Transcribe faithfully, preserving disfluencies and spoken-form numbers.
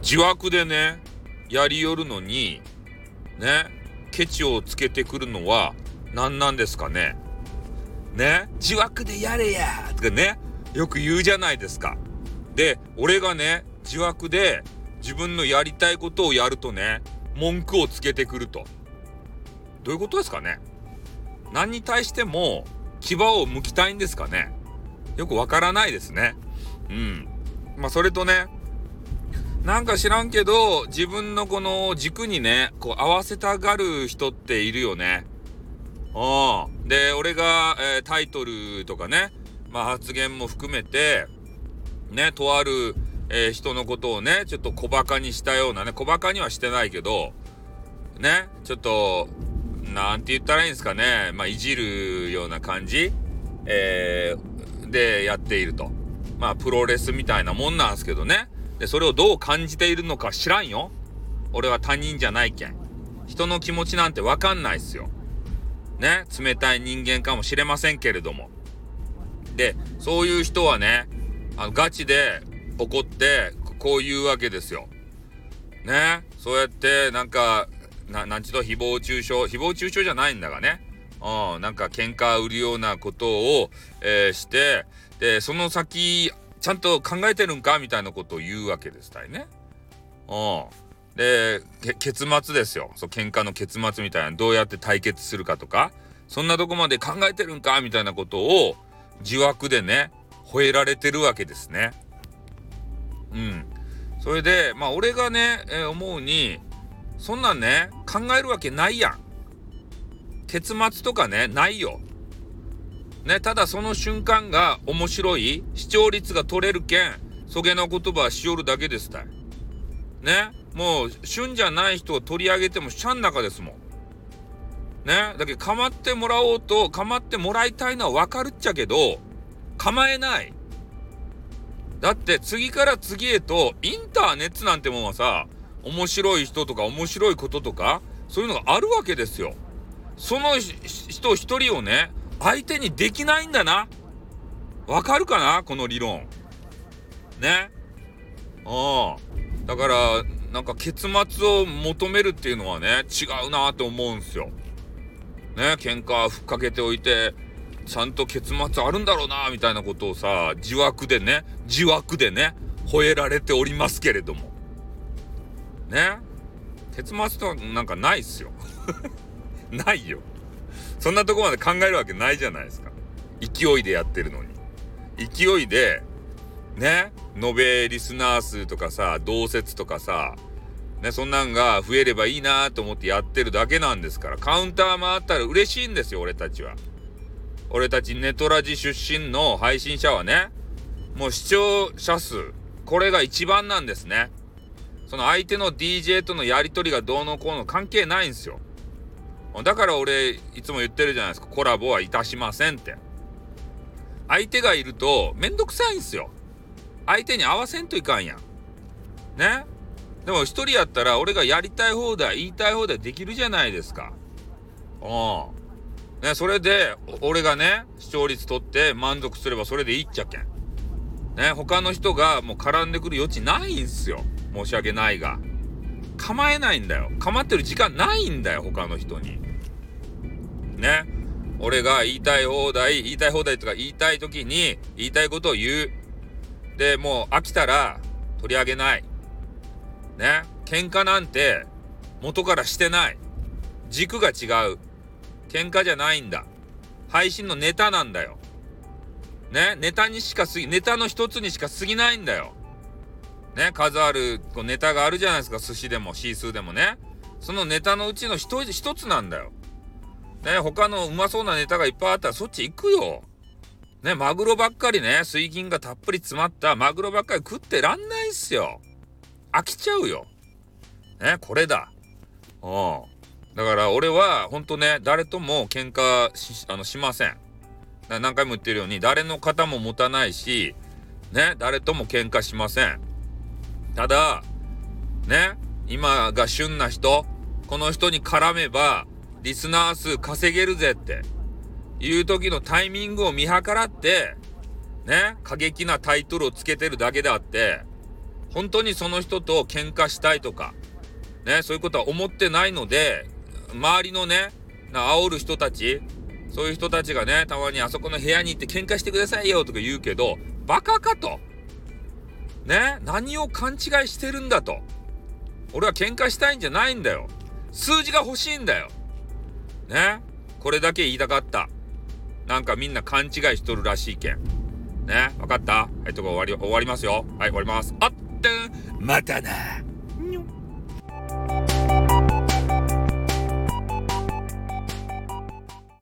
自枠でね、やりよるのに、ね、ケチをつけてくるのは何なんですかね。ね、自枠でやれやとかね、よく言うじゃないですか。で、俺がね、自枠で自分のやりたいことをやるとね、文句をつけてくると。どういうことですかね。何に対しても牙を剥きたいんですかね。よくわからないですね。うん。まあそれとね、なんか知らんけど、自分のこの軸にね、こう合わせたがる人っているよね。うん。で、俺が、えー、タイトルとかね、まあ発言も含めて、ね、とある、えー、人のことをね、ちょっと小馬鹿にしたようなね、小馬鹿にはしてないけど、ね、ちょっと、なんて言ったらいいんですかね、まあいじるような感じ、えー、でやっていると。まあプロレスみたいなもんなんですけどね。で、それをどう感じているのか知らんよ。俺は他人じゃないけん。人の気持ちなんてわかんないっすよ。ね、冷たい人間かもしれませんけれども。で、そういう人はね、あのガチで怒ってこう言うわけですよ。ね、そうやってなんかななんちゅうと誹謗中傷、誹謗中傷じゃないんだがね、うん、なんか喧嘩売るようなことを、えー、して、でその先ちゃんと考えてるんかみたいなことを言うわけですたいね。うん。で、結末ですよ。そう、喧嘩の結末みたいな、どうやって対決するかとか、そんなとこまで考えてるんかみたいなことを自枠でね、吠えられてるわけですね。うん。それで、まあ俺がね、えー、思うに、そんなんね、考えるわけないやん。結末とかね、ないよ。ね、ただその瞬間が面白い、視聴率が取れるけん、そげな言葉はしよるだけですたい。ね、もう旬じゃない人を取り上げてもしゃん中ですもん。ね、だけど構ってもらおうと、構ってもらいたいのはわかるっちゃけど、構えない。だって次から次へとインターネットなんてもんはさ、面白い人とか面白いこととか、そういうのがあるわけですよ。その人一人をね、相手にできないんだな。わかるかなこの理論。ね。ああ。だから、なんか結末を求めるっていうのはね、違うなと思うんすよ。ね、喧嘩ふっかけておいて、ちゃんと結末あるんだろうなみたいなことをさ、自枠でね、自枠でね、吠えられておりますけれども。ね。結末となんかないっすよ。ないよ。そんなとこまで考えるわけないじゃないですか。勢いでやってるのに。勢いで、ね、延べリスナー数とかさ、同説とかさ、ね、そんなんが増えればいいなと思ってやってるだけなんですから、カウンター回ったら嬉しいんですよ、俺たちは。俺たちネトラジ出身の配信者はね、もう視聴者数、これが一番なんですね。その相手の ディージェー とのやりとりがどうのこうの関係ないんですよ。だから俺いつも言ってるじゃないですか、コラボはいたしませんって。相手がいるとめんどくさいんすよ。相手に合わせんといかんやん。ね。でも一人やったら俺がやりたい放題、言いたい放題できるじゃないですか。うん。ね、それで俺がね、視聴率取って満足すればそれでいいっちゃけん。ね、他の人がもう絡んでくる余地ないんすよ。申し訳ないが。構えないんだよ。構ってる時間ないんだよ、他の人に。ね。俺が言いたい放題、言いたい放題とか言いたい時に言いたいことを言う。で、もう飽きたら取り上げない。ね。喧嘩なんて元からしてない。軸が違う。喧嘩じゃないんだ。配信のネタなんだよ。ね。ネタにしか過ぎ、ネタの一つにしか過ぎないんだよ。ね。数あるこうネタがあるじゃないですか。寿司でもシースーでもね。そのネタのうちの一つ、一つなんだよ。ね。他のうまそうなネタがいっぱいあったらそっち行くよ。ね。マグロばっかりね、水銀がたっぷり詰まったマグロばっかり食ってらんないっすよ。飽きちゃうよ。ね。これだ。うん。だから俺はほんとね、誰とも喧嘩 し, あのしません。何回も言ってるように、誰の肩も持たないし、ね、誰とも喧嘩しません。ただ、ね、今が旬な人、この人に絡めば、リスナー数稼げるぜっていう時のタイミングを見計らって、ね、過激なタイトルをつけてるだけであって、 本当にその人と喧嘩したいとか、ね、そういうことは思ってないので、周りのね、な煽る人たち、そういう人たちがね、たまにあそこの部屋に行って喧嘩してくださいよとか言うけど、バカかと。ね、何を勘違いしてるんだと。俺は喧嘩したいんじゃないんだよ。数字が欲しいんだよ。ね、これだけ言いたかった。なんかみんな勘違いしとるらしいけん。ね、わかった？はい、とこ終わり、終わりますよ。はい、終わります。あってん、またな。